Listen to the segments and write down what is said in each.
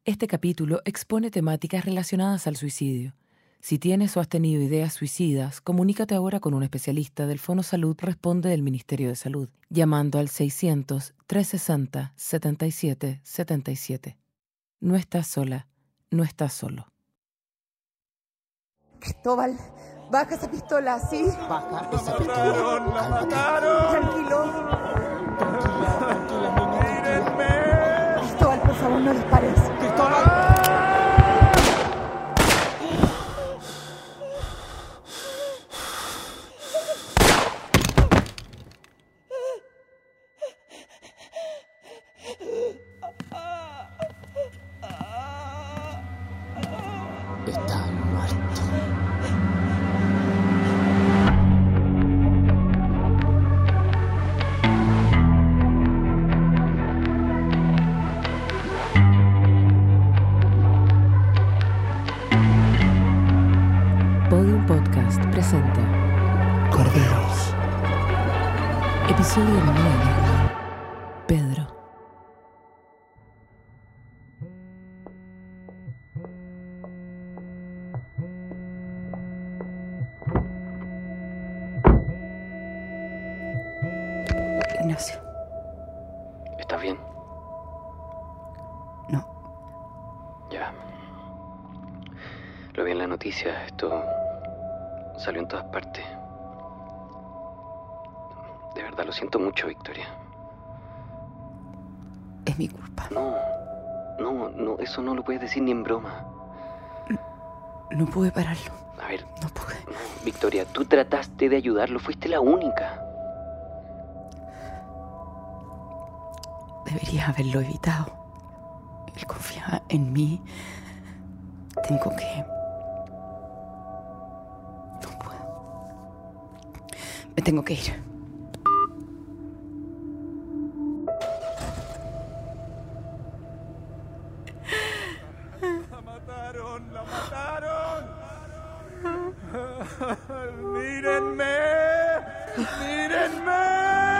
Este capítulo expone temáticas relacionadas al suicidio. Si tienes o has tenido ideas suicidas, comunícate ahora con un especialista del Fono Salud Responde del Ministerio de Salud, llamando al 600-360-7777. No estás sola, no estás solo. Cristóbal, baja esa pistola, ¿sí? Baja esa pistola. ¡La mataron! Tranquilo. Tranquila, niña. ¡Mírenme! Cristóbal, por favor, no dispares. Cristóbal. Está muerto. Podium Podcast presenta Corderos. Episodio 9. Pedro. Ignacio, ¿Estás bien? no. Ya. Lo vi en la noticia. Esto salió en todas partes. De verdad, lo siento mucho, Victoria. Es mi culpa. No, eso no lo puedes decir ni en broma. No pude pararlo. A ver, No pude. no, Victoria, tú trataste de ayudarlo, fuiste la única. Debería haberlo evitado. Él confiaba en mí. Tengo que... No puedo. Me tengo que ir. ¡La mataron! ¡La mataron! ¡Mírenme! ¡Mírenme!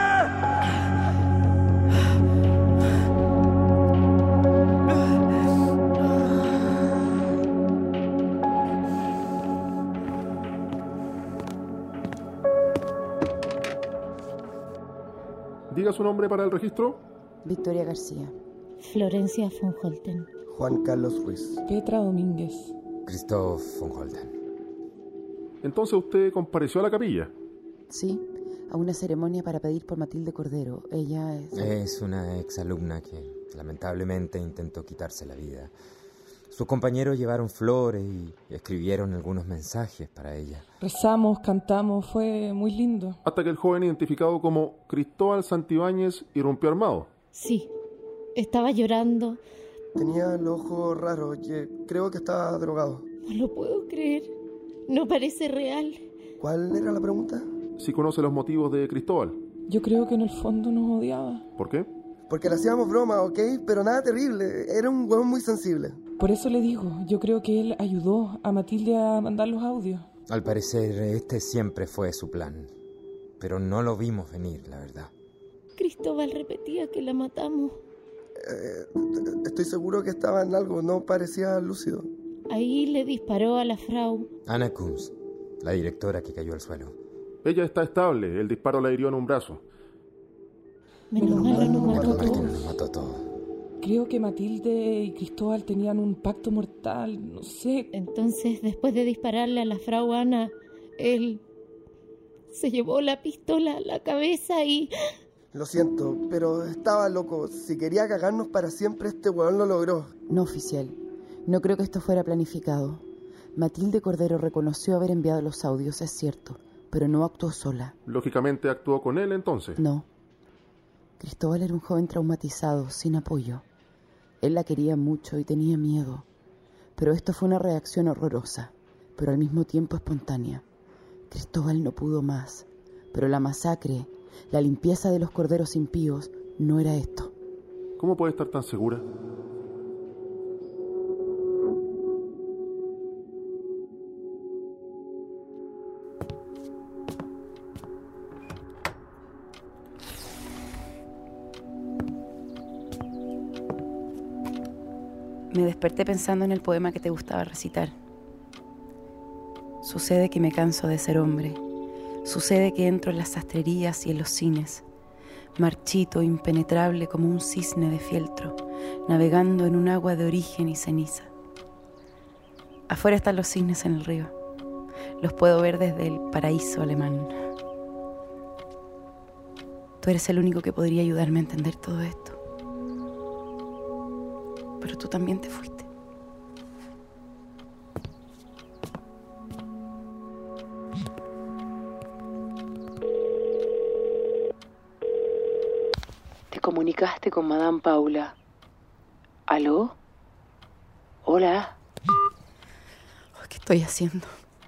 Diga su nombre para el registro. Victoria García. Florencia von Holten. Juan Carlos Ruiz. Petra Domínguez. Christoph von Holten. Entonces usted compareció a la capilla. Sí, a una ceremonia para pedir por Matilde Cordero. Ella es... Es una exalumna que lamentablemente intentó quitarse la vida. Sus compañeros llevaron flores y escribieron algunos mensajes para ella. Rezamos, cantamos, fue muy lindo. Hasta que el joven identificado como Cristóbal Santibáñez irrumpió armado. Sí, estaba llorando. Tenía el ojo raro, creo que estaba drogado. No lo puedo creer. No parece real. ¿Cuál era la pregunta? Si conoce los motivos de Cristóbal. Yo creo que en el fondo nos odiaba. ¿Por qué? Porque le hacíamos broma, ¿ok? Pero nada terrible, era un huevón muy sensible. Por eso le digo, yo creo que él ayudó a Matilde a mandar los audios. Al parecer, este siempre fue su plan. Pero no lo vimos venir, la verdad. Cristóbal repetía que la matamos. Estoy seguro que estaba en algo, no parecía lúcido. Ahí le disparó a la frau. Anna Kunz, la directora que cayó al suelo. Ella está estable, el disparo la hirió en un brazo. Menos mal nos mató Menos mal que todos. nos mató todo. Creo que Matilde y Cristóbal tenían un pacto mortal, no sé. Entonces, después de dispararle a la frau Ana, él se llevó la pistola a la cabeza y... Lo siento, pero estaba loco. Si quería cagarnos para siempre, este huevón lo logró. No, oficial. No creo que esto fuera planificado. Matilde Cordero reconoció haber enviado los audios, es cierto, pero no actuó sola. Lógicamente actuó con él entonces. No. Cristóbal era un joven traumatizado, sin apoyo. Él la quería mucho y tenía miedo. Pero esto fue una reacción horrorosa, pero al mismo tiempo espontánea. Cristóbal no pudo más, pero la masacre, la limpieza de los corderos impíos, no era esto. ¿Cómo puede estar tan segura? Me desperté pensando en el poema que te gustaba recitar. Sucede que me canso de ser hombre. Sucede que entro en las sastrerías y en los cines, marchito, impenetrable como un cisne de fieltro, navegando en un agua de origen y ceniza. Afuera están los cisnes en el río. Los puedo ver desde el paraíso alemán. Tú eres el único que podría ayudarme a entender todo esto. Pero tú también te fuiste. Te comunicaste con Madame Paula. ¿Aló? Hola. ¿Qué estoy haciendo?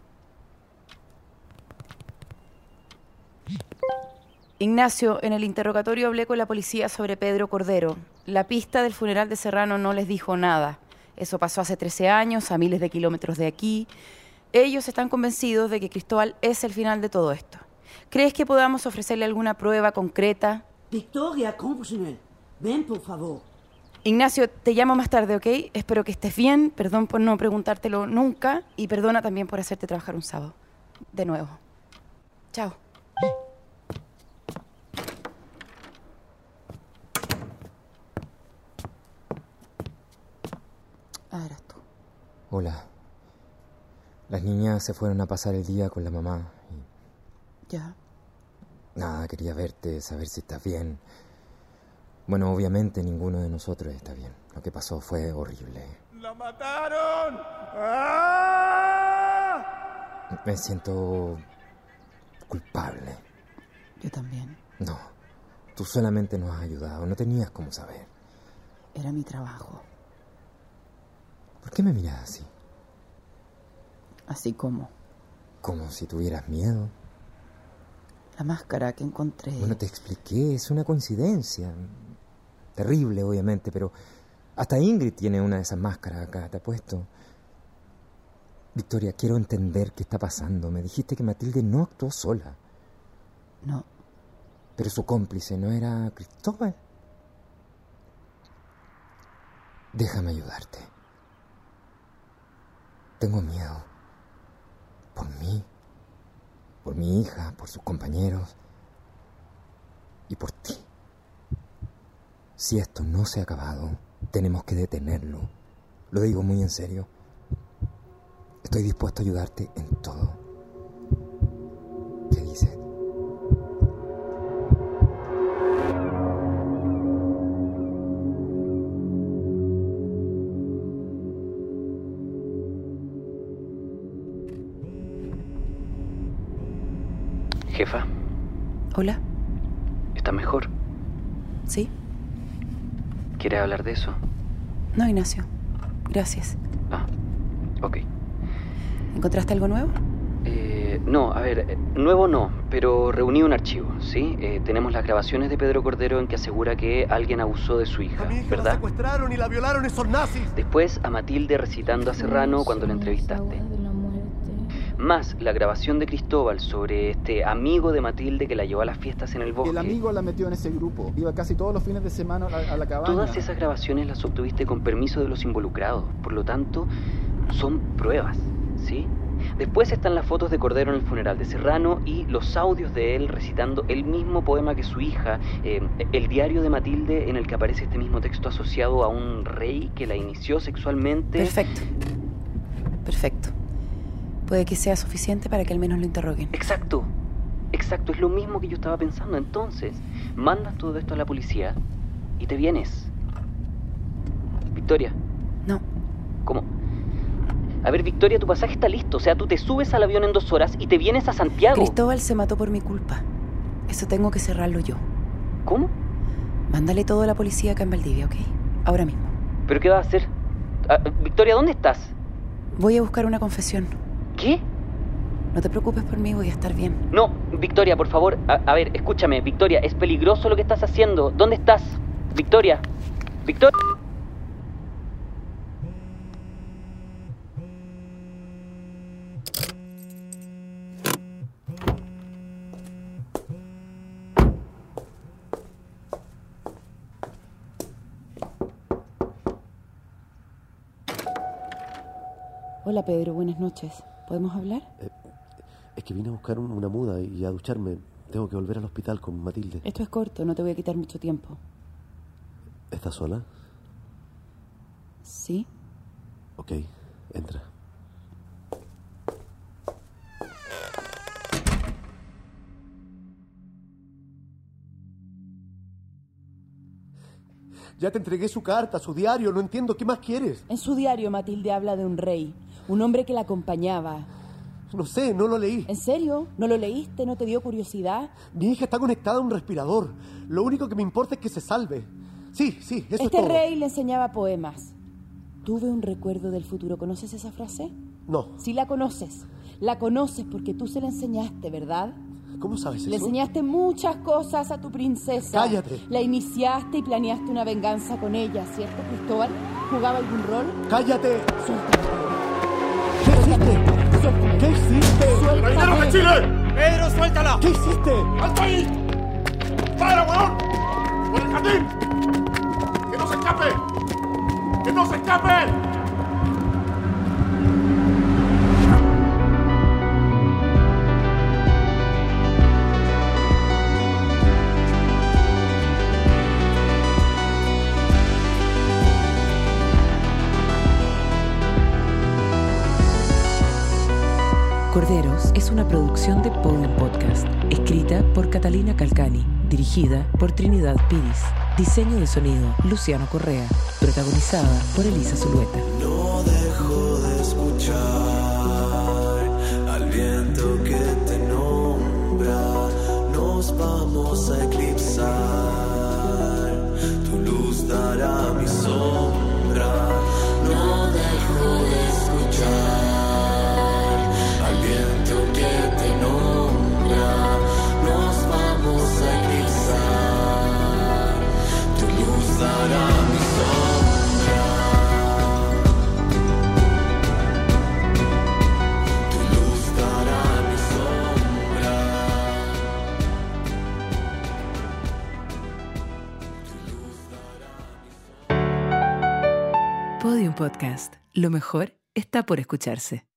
Ignacio, en el interrogatorio hablé con la policía sobre Pedro Cordero. La pista del funeral de Serrano no les dijo nada. Eso pasó hace 13 años, a miles de kilómetros de aquí. Ellos están convencidos de que Cristóbal es el final de todo esto. ¿Crees que podamos ofrecerle alguna prueba concreta? Victoria, comprenez. Ven, por favor. Ignacio, te llamo más tarde, ¿ok? Espero que estés bien. Perdón por no preguntártelo nunca. Y perdona también por hacerte trabajar un sábado. De nuevo. Chao. Ah, eras tú. Hola. Las niñas se fueron a pasar el día con la mamá y... Ya. Nada, quería verte, saber si estás bien. Bueno, obviamente ninguno de nosotros está bien. Lo que pasó fue horrible. ¡La mataron! ¡Ah! Me siento culpable. Yo también. No, tú solamente nos has ayudado. No tenías cómo saber. Era mi trabajo. ¿Por qué me miras así? ¿Así como? Como si tuvieras miedo. La máscara que encontré... Bueno, te expliqué, es una coincidencia. Terrible, obviamente, pero hasta Ingrid tiene una de esas máscaras acá, te apuesto. Victoria, quiero entender qué está pasando. Me dijiste que Matilde no actuó sola. No. Pero su cómplice no era Cristóbal. Déjame ayudarte. Tengo miedo. Por mí. Por mi hija, por sus compañeros. Y por ti. Si esto no se ha acabado, tenemos que detenerlo. Lo digo muy en serio. Estoy dispuesto a ayudarte en todo. ¿Qué dices? Jefa. Hola. ¿Estás mejor? ¿Sí? ¿Quieres hablar de eso? No, Ignacio. Gracias. Ah, ok. ¿Encontraste algo nuevo? No, a ver, nuevo no, pero reuní un archivo, ¿sí? Tenemos las grabaciones de Pedro Cordero en que asegura que alguien abusó de su hija, A mi hija ¿verdad? la secuestraron y la violaron esos nazis. Después a Matilde recitando a Serrano cuando la entrevistaste. Más la grabación de Cristóbal sobre este amigo de Matilde que la llevó a las fiestas en el bosque. El amigo la metió en ese grupo. Iba casi todos los fines de semana a la cabaña. Todas esas grabaciones las obtuviste con permiso de los involucrados. Por lo tanto, son pruebas, ¿sí? Después están las fotos de Cordero en el funeral de Serrano y los audios de él recitando el mismo poema que su hija, el diario de Matilde en el que aparece este mismo texto asociado a un rey que la inició sexualmente. Perfecto. Perfecto. Puede que sea suficiente para que al menos lo interroguen. Exacto. Exacto, es lo mismo que yo estaba pensando. Entonces, mandas todo esto a la policía y te vienes. Victoria. No. ¿Cómo? A ver, Victoria, tu pasaje está listo. O sea, tú te subes al avión en 2 horas y te vienes a Santiago. Cristóbal se mató por mi culpa. Eso tengo que cerrarlo yo. ¿Cómo? Mándale todo a la policía acá en Valdivia, ¿ok? Ahora mismo. ¿Pero qué vas a hacer? Victoria, ¿dónde estás? Voy a buscar una confesión. ¿Qué? No te preocupes por mí, voy a estar bien. No, Victoria, por favor. A ver, escúchame, Victoria, es peligroso lo que estás haciendo. ¿Dónde estás? Victoria. Victoria. Hola, Pedro, buenas noches. ¿Podemos hablar? Es que vine a buscar una muda y a ducharme. Tengo que volver al hospital con Matilde. Esto es corto, no te voy a quitar mucho tiempo. ¿Estás sola? Sí. Ok, entra. Ya te entregué su carta, su diario, no entiendo, ¿qué más quieres? En su diario, Matilde habla de un rey, un hombre que la acompañaba. No sé, no lo leí. ¿En serio? ¿No lo leíste? ¿No te dio curiosidad? Mi hija está conectada a un respirador. Lo único que me importa es que se salve. Sí, eso es todo. Este rey le enseñaba poemas. Tuve un recuerdo del futuro. ¿Conoces esa frase? No. Sí la conoces. La conoces porque tú se la enseñaste, ¿verdad? ¿Cómo sabes eso? Le enseñaste muchas cosas a tu princesa. ¡Cállate! La iniciaste y planeaste una venganza con ella, ¿cierto, Cristóbal? ¿Jugaba algún rol? ¡Cállate! Suéltame. ¿Qué hiciste? Suéltame. ¿Qué hiciste? Suéltame. ¡Marineros de Chile! ¡Pedro, suéltala! ¿Qué hiciste? ¡Alto ahí! ¡Para, weón! ¡Por el jardín! ¡Que no se escape! ¡Que no se escape! Corderos es una producción de Podium Podcast, escrita por Catalina Calcani, dirigida por Trinidad Piris, diseño de sonido Luciano Correa, protagonizada por Elisa Zulueta. No dejo de escuchar al viento que te nombra, nos vamos a eclipsar, tu luz dará mi sombra, no dejo de escuchar. Podium Podcast. Lo mejor está por escucharse.